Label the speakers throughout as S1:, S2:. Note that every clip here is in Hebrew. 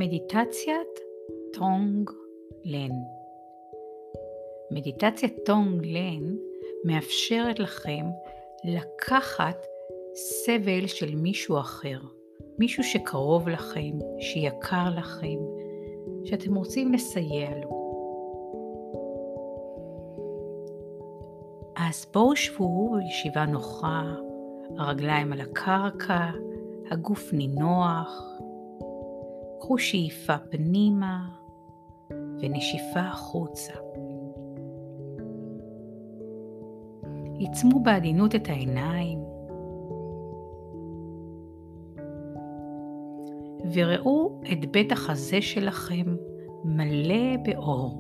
S1: מדיטציית טונג לן. מדיטציית טונג לן מאפשרת לכם לקחת סבל של מישהו אחר, מישהו שקרוב לכם, שיקר לכם, שאתם רוצים לסייע לו. אז בואו שבו בישיבה נוחה, הרגליים על הקרקע, הגוף נינוח, קחו שאיפה פנימה ונשיפה החוצה. עיצמו בעדינות את העיניים וראו את בית החזה שלכם מלא באור.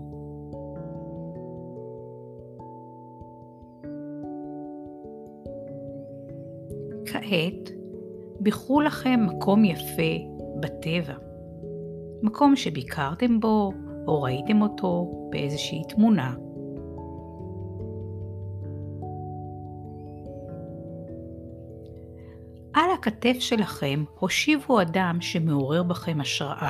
S1: כעת בחרו לכם מקום יפה בטבע, מקום שביקרתם בו או ראיתם אותו באיזושהי תמונה. על הכתף שלכם הושיבו אדם שמעורר בכם השראה.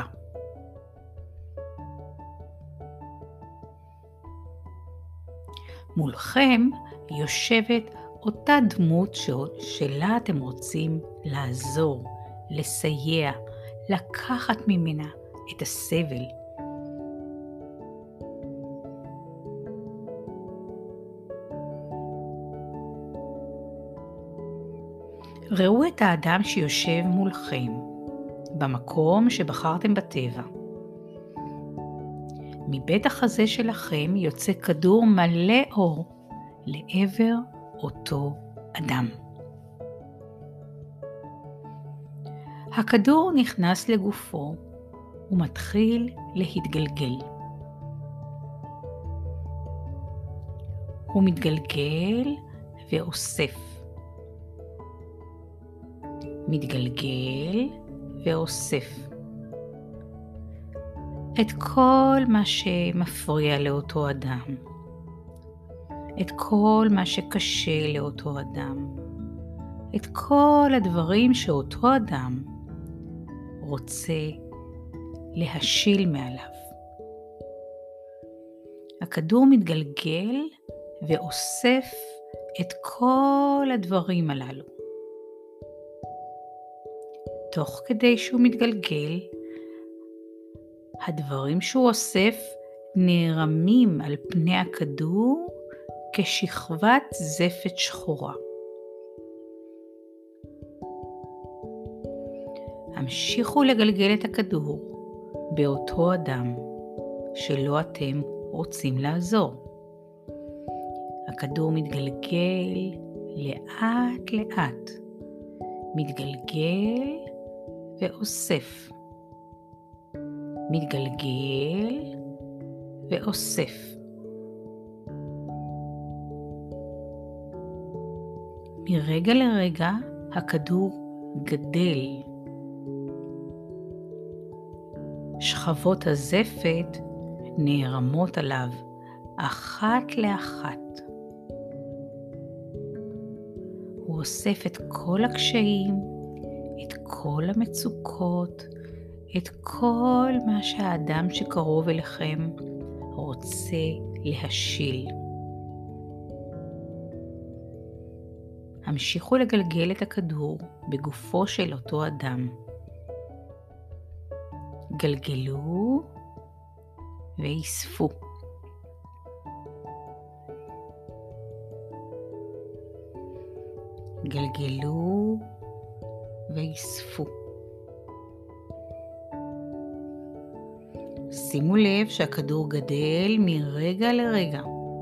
S1: מולכם יושבת אותה דמות שלה אתם רוצים לעזור, לסייע, לקחת ממנה את הסבל. ראו את האדם שיושב מולכם, במקום שבחרתם בטבע. מבית החזה שלכם יוצא כדור מלא אור לעבר אותו אדם. הכדור נכנס לגופו ומתחיל להתגלגל. הוא מתגלגל ואוסף. מתגלגל ואוסף. את כל מה שמפריע לאותו אדם. את כל מה שקשה לאותו אדם. את כל הדברים שאותו אדם רוצה להשיל מעליו. הכדור מתגלגל ואוסף את כל הדברים הללו. תוך כדי שהוא מתגלגל, הדברים שהוא אוסף נערמים על פני הכדור כשכבת זפת שחורה. המשיכו לגלגל את הכדור באותו אדם שלו אתם רוצים לעזור. הכדור מתגלגל לאט לאט, מתגלגל ואוסף, מתגלגל ואוסף. מרגע לרגע הכדור גדל. שכבות הזפת נערמות עליו אחת לאחת. הוא אוסף את כל הקשיים, את כל המצוקות, את כל מה שהאדם שקרוב אליכם רוצה להשיל. המשיכו לגלגל את הכדור בגופו של אותו אדם. גלגלו ואיספו. גלגלו ואיספו. שימו לב שהכדור גדל מרגע לרגע.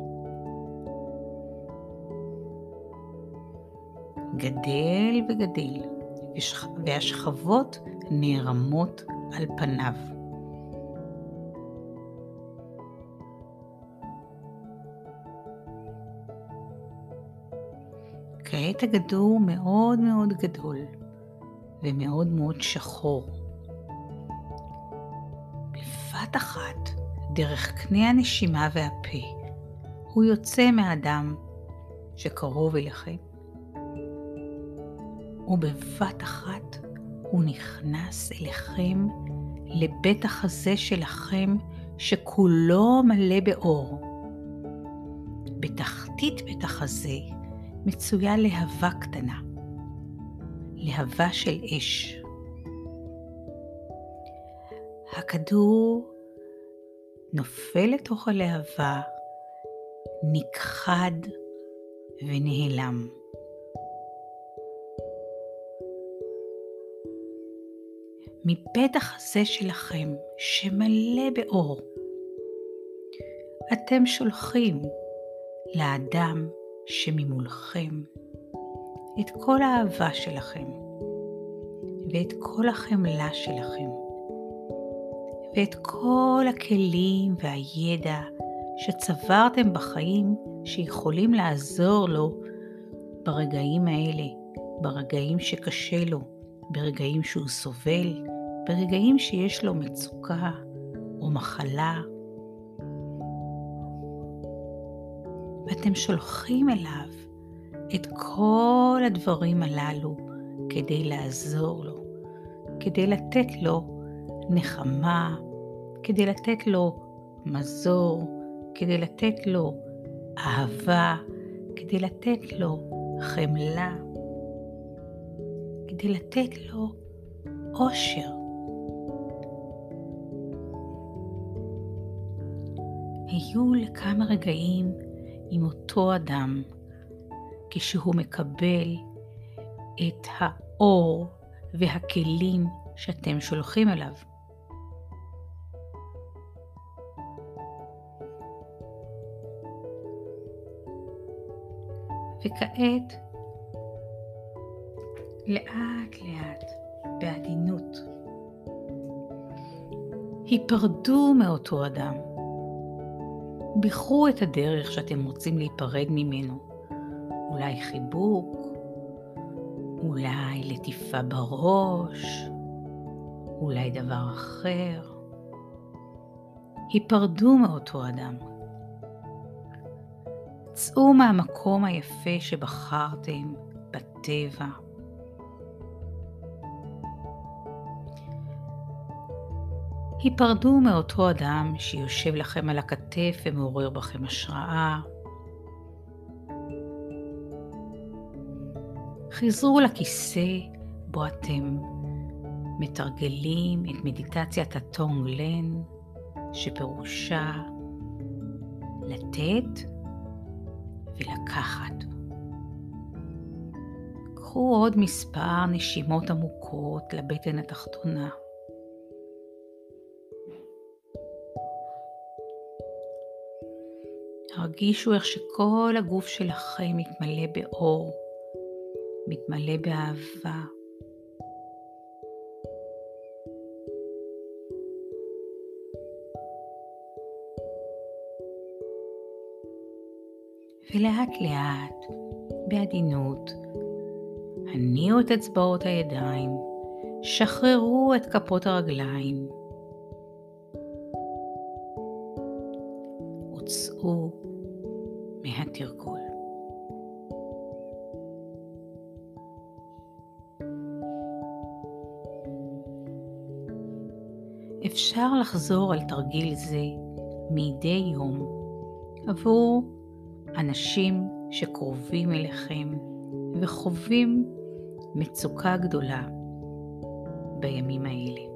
S1: גדל וגדל, והשכבות נערמות על פניו. כעת הכדור מאוד מאוד גדול ומאוד מאוד שחור. בבת אחת, דרך קנה הנשימה והפה, הוא יוצא מהאדם שקרוב אליכם. ובבת אחת הוא נכנס אליכם לבית החזה שלכם שכולו מלא באור. בתחתית בית החזה מצויה להבה קטנה, להבה של אש. הכדור נופל לתוך הלהבה, נכחד ונעלם. מבית החזה שלכם שמלא באור, אתם שולחים לאדם שממולכם את כל האהבה שלכם ואת כל החמלה שלכם ואת כל הכלים והידע שצברתם בחיים שיכולים לעזור לו ברגעים האלה, ברגעים שקשה לו, ברגעים שהוא סובל, ברגעים שיש לו מצוקה או מחלה. ואתם שולחים אליו את כל הדברים הללו כדי לעזור לו, כדי לתת לו נחמה, כדי לתת לו מזור, כדי לתת לו אהבה, כדי לתת לו חמלה, כדי לתת לו אושר. היו לכמה רגעים עם אותו אדם, כשהוא מקבל את האור והכלים שאתם שולחים אליו. וכעת, לאט לאט, בעדינות, היפרדו מאותו אדם. בחרו את הדרך שאתם רוצים להיפרד ממנו. אולי חיבוק, אולי לטיפה בראש, אולי דבר אחר. היפרדו מאותו אדם. צאו מהמקום היפה שבחרתם בטבע. היפרדו מאותו אדם שיושב לכם על הכתף ומעורר בכם השראה. חזרו לכיסא בו אתם מתרגלים את מדיטציית הטונג לן, שפירושה לתת ולקחת. קחו עוד מספר נשימות עמוקות לבטן התחתונה. הרגישו איך שכל הגוף שלכם מתמלא באור, מתמלא באהבה. ולאט לאט, בעדינות, הניעו את אצבעות הידיים, שחררו את כפות הרגליים, הוצאו מהתרגול. אפשר לחזור על תרגיל זה מדי יום עבור אנשים שקרובים אליכם וחווים מצוקה גדולה בימים האלה.